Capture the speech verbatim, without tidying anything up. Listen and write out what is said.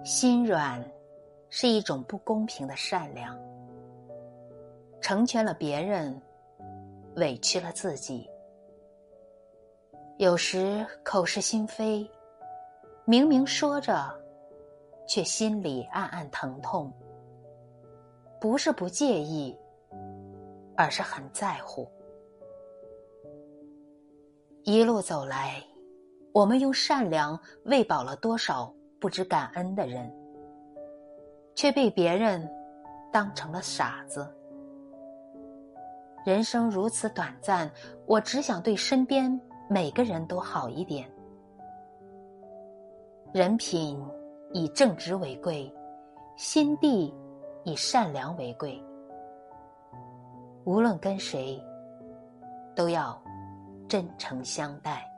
心软是一种不公平的善良，成全了别人，委屈了自己。有时口是心非，明明说着，却心里暗暗疼痛。不是不介意，而是很在乎。一路走来，我们用善良喂饱了多少不知感恩的人，却被别人当成了傻子。人生如此短暂，我只想对身边每个人都好一点。人品以正直为贵，心地以善良为贵。无论跟谁，都要真诚相待。